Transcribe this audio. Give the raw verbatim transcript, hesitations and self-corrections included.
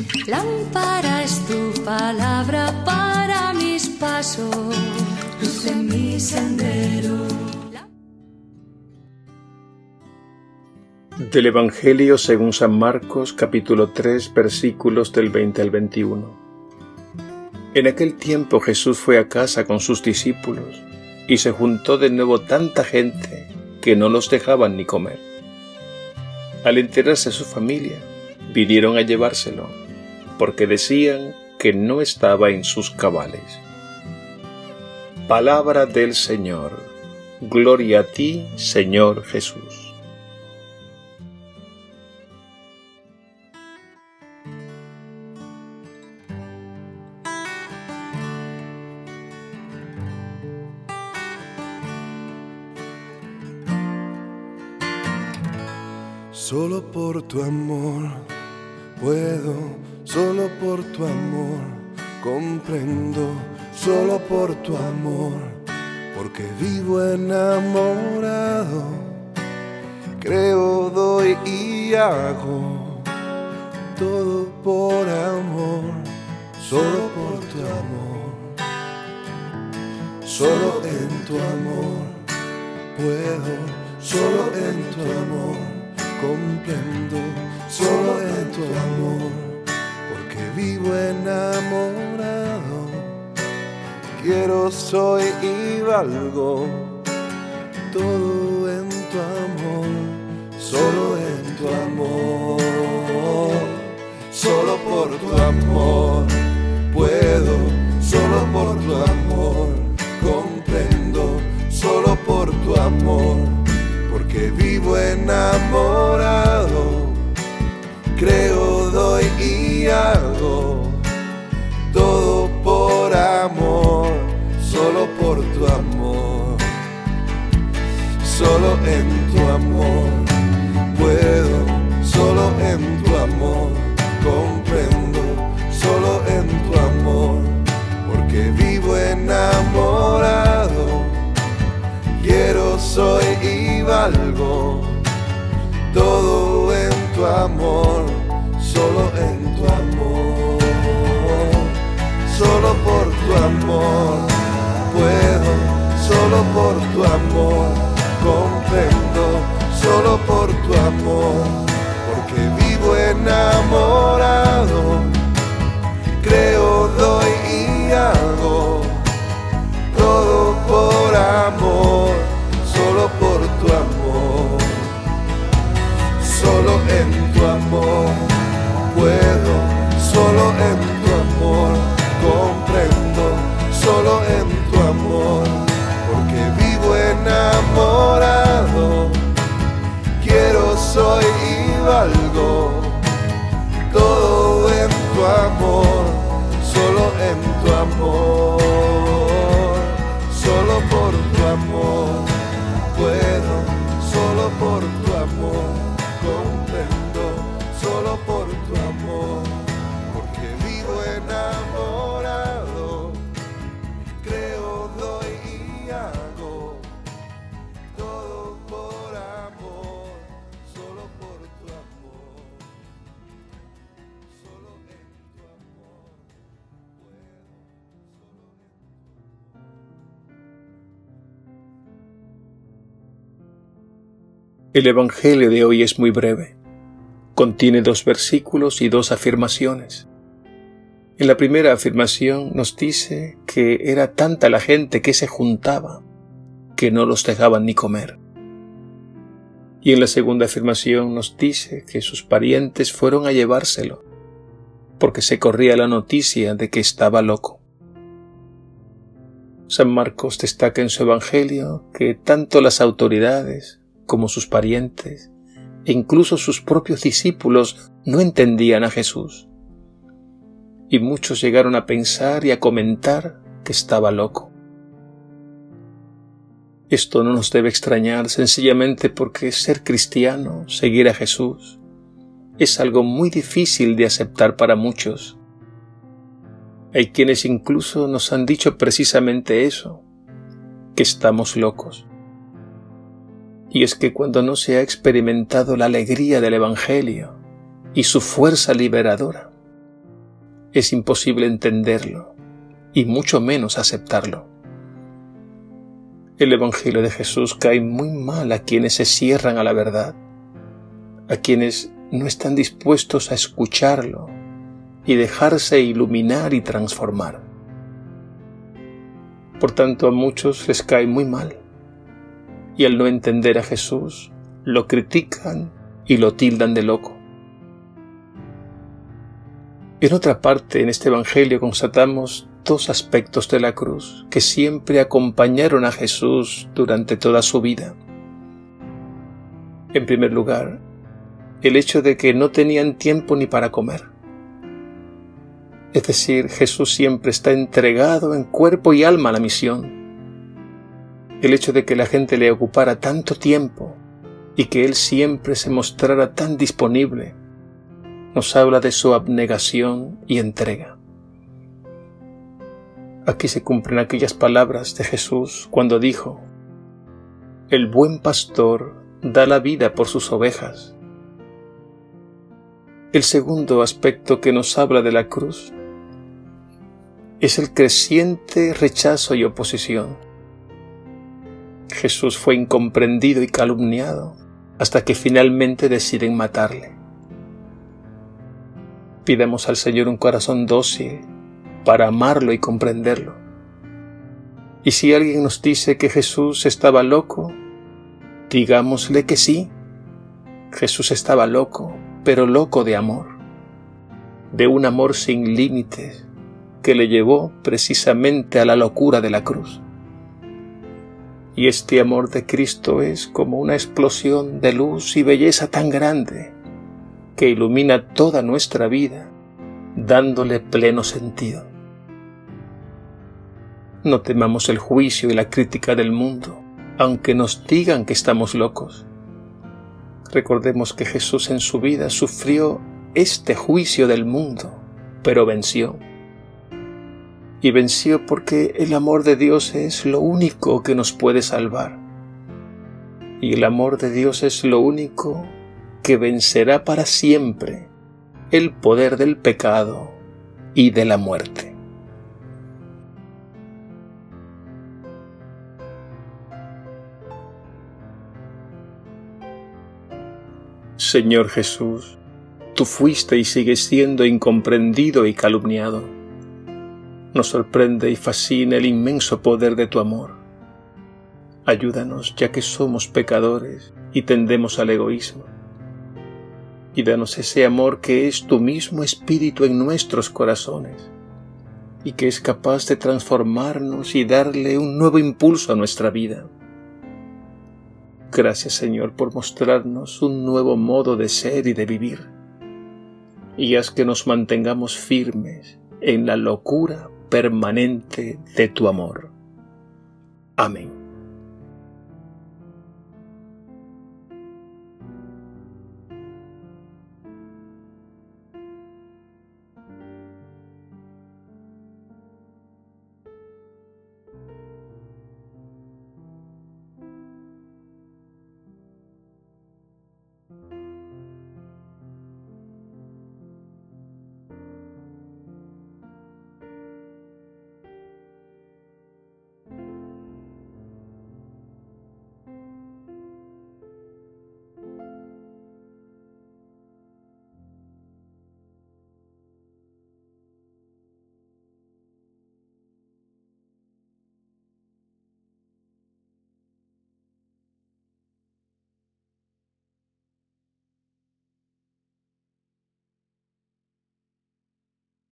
Lámpara es tu palabra para mis pasos, luz en mi sendero. Del Evangelio según San Marcos, capítulo tres, versículos del veinte al veintiuno. En aquel tiempo Jesús fue a casa con sus discípulos, y se juntó de nuevo tanta gente que no los dejaban ni comer. Al enterarse su familia, vinieron a llevárselo, porque decían que no estaba en sus cabales. Palabra del Señor. Gloria a ti, Señor Jesús. Solo por tu amor puedo, solo por tu amor comprendo, solo por tu amor, porque vivo enamorado, creo, doy y hago todo por amor, solo por tu amor, solo en tu amor puedo, solo en tu amor comprendo, solo en tu amor, porque vivo enamorado, quiero, soy y valgo, todo en tu amor, solo en tu amor, solo por tu amor puedo, solo por tu amor comprendo, solo por tu amor, porque vivo enamorado, creo, doy y hago todo por amor, solo por tu amor, solo en tu amor puedo, solo en tu amor comprendo, solo en tu amor, porque vivo enamorado, quiero, soy y valgo, todo en tu amor, solo en tu amor, solo por tu amor puedo, solo por tu amor comprendo, solo por tu amor, porque vivo enamorado, creo, doy y hago todo por amor, solo por tu amor, solo en tu amor puedo, solo en tu amor comprendo, solo en tu amor, porque vivo enamorado, quiero, soy y valgo, todo en tu amor, solo en tu amor, solo por tu amor puedo, solo por tu amor comprendo, solo por tu amor, porque vivo enamorado, creo, doy y hago todo por amor, solo por tu amor, solo en tu amor puedo, solo en El Evangelio de hoy es muy breve. Contiene dos versículos y dos afirmaciones. En la primera afirmación nos dice que era tanta la gente que se juntaba que no los dejaban ni comer. Y en la segunda afirmación nos dice que sus parientes fueron a llevárselo porque se corría la noticia de que estaba loco. San Marcos destaca en su Evangelio que tanto las autoridades como sus parientes e incluso sus propios discípulos no entendían a Jesús. Y muchos llegaron a pensar y a comentar que estaba loco. Esto no nos debe extrañar sencillamente porque ser cristiano, seguir a Jesús, es algo muy difícil de aceptar para muchos. Hay quienes incluso nos han dicho precisamente eso, que estamos locos. Y es que cuando no se ha experimentado la alegría del Evangelio y su fuerza liberadora, es imposible entenderlo y mucho menos aceptarlo. El Evangelio de Jesús cae muy mal a quienes se cierran a la verdad, a quienes no están dispuestos a escucharlo y dejarse iluminar y transformar. Por tanto, a muchos les cae muy mal, y al no entender a Jesús, lo critican y lo tildan de loco. En otra parte, en este Evangelio, constatamos dos aspectos de la cruz que siempre acompañaron a Jesús durante toda su vida. En primer lugar, el hecho de que no tenían tiempo ni para comer. Es decir, Jesús siempre está entregado en cuerpo y alma a la misión. El hecho de que la gente le ocupara tanto tiempo y que Él siempre se mostrara tan disponible, nos habla de su abnegación y entrega. Aquí se cumplen aquellas palabras de Jesús cuando dijo: «El buen pastor da la vida por sus ovejas». El segundo aspecto que nos habla de la cruz es el creciente rechazo y oposición. Jesús fue incomprendido y calumniado hasta que finalmente deciden matarle. Pidamos al Señor un corazón dócil para amarlo y comprenderlo. Y si alguien nos dice que Jesús estaba loco, digámosle que sí, Jesús estaba loco, pero loco de amor, de un amor sin límites que le llevó precisamente a la locura de la cruz. Y este amor de Cristo es como una explosión de luz y belleza tan grande que ilumina toda nuestra vida, dándole pleno sentido. No temamos el juicio y la crítica del mundo, aunque nos digan que estamos locos. Recordemos que Jesús en su vida sufrió este juicio del mundo, pero venció. Y venció porque el amor de Dios es lo único que nos puede salvar. Y el amor de Dios es lo único que vencerá para siempre el poder del pecado y de la muerte. Señor Jesús, tú fuiste y sigues siendo incomprendido y calumniado. Nos sorprende y fascina el inmenso poder de tu amor. Ayúdanos, ya que somos pecadores y tendemos al egoísmo. Y danos ese amor que es tu mismo espíritu en nuestros corazones y que es capaz de transformarnos y darle un nuevo impulso a nuestra vida. Gracias, Señor, por mostrarnos un nuevo modo de ser y de vivir. Y haz que nos mantengamos firmes en la locura permanente de tu amor. Amén.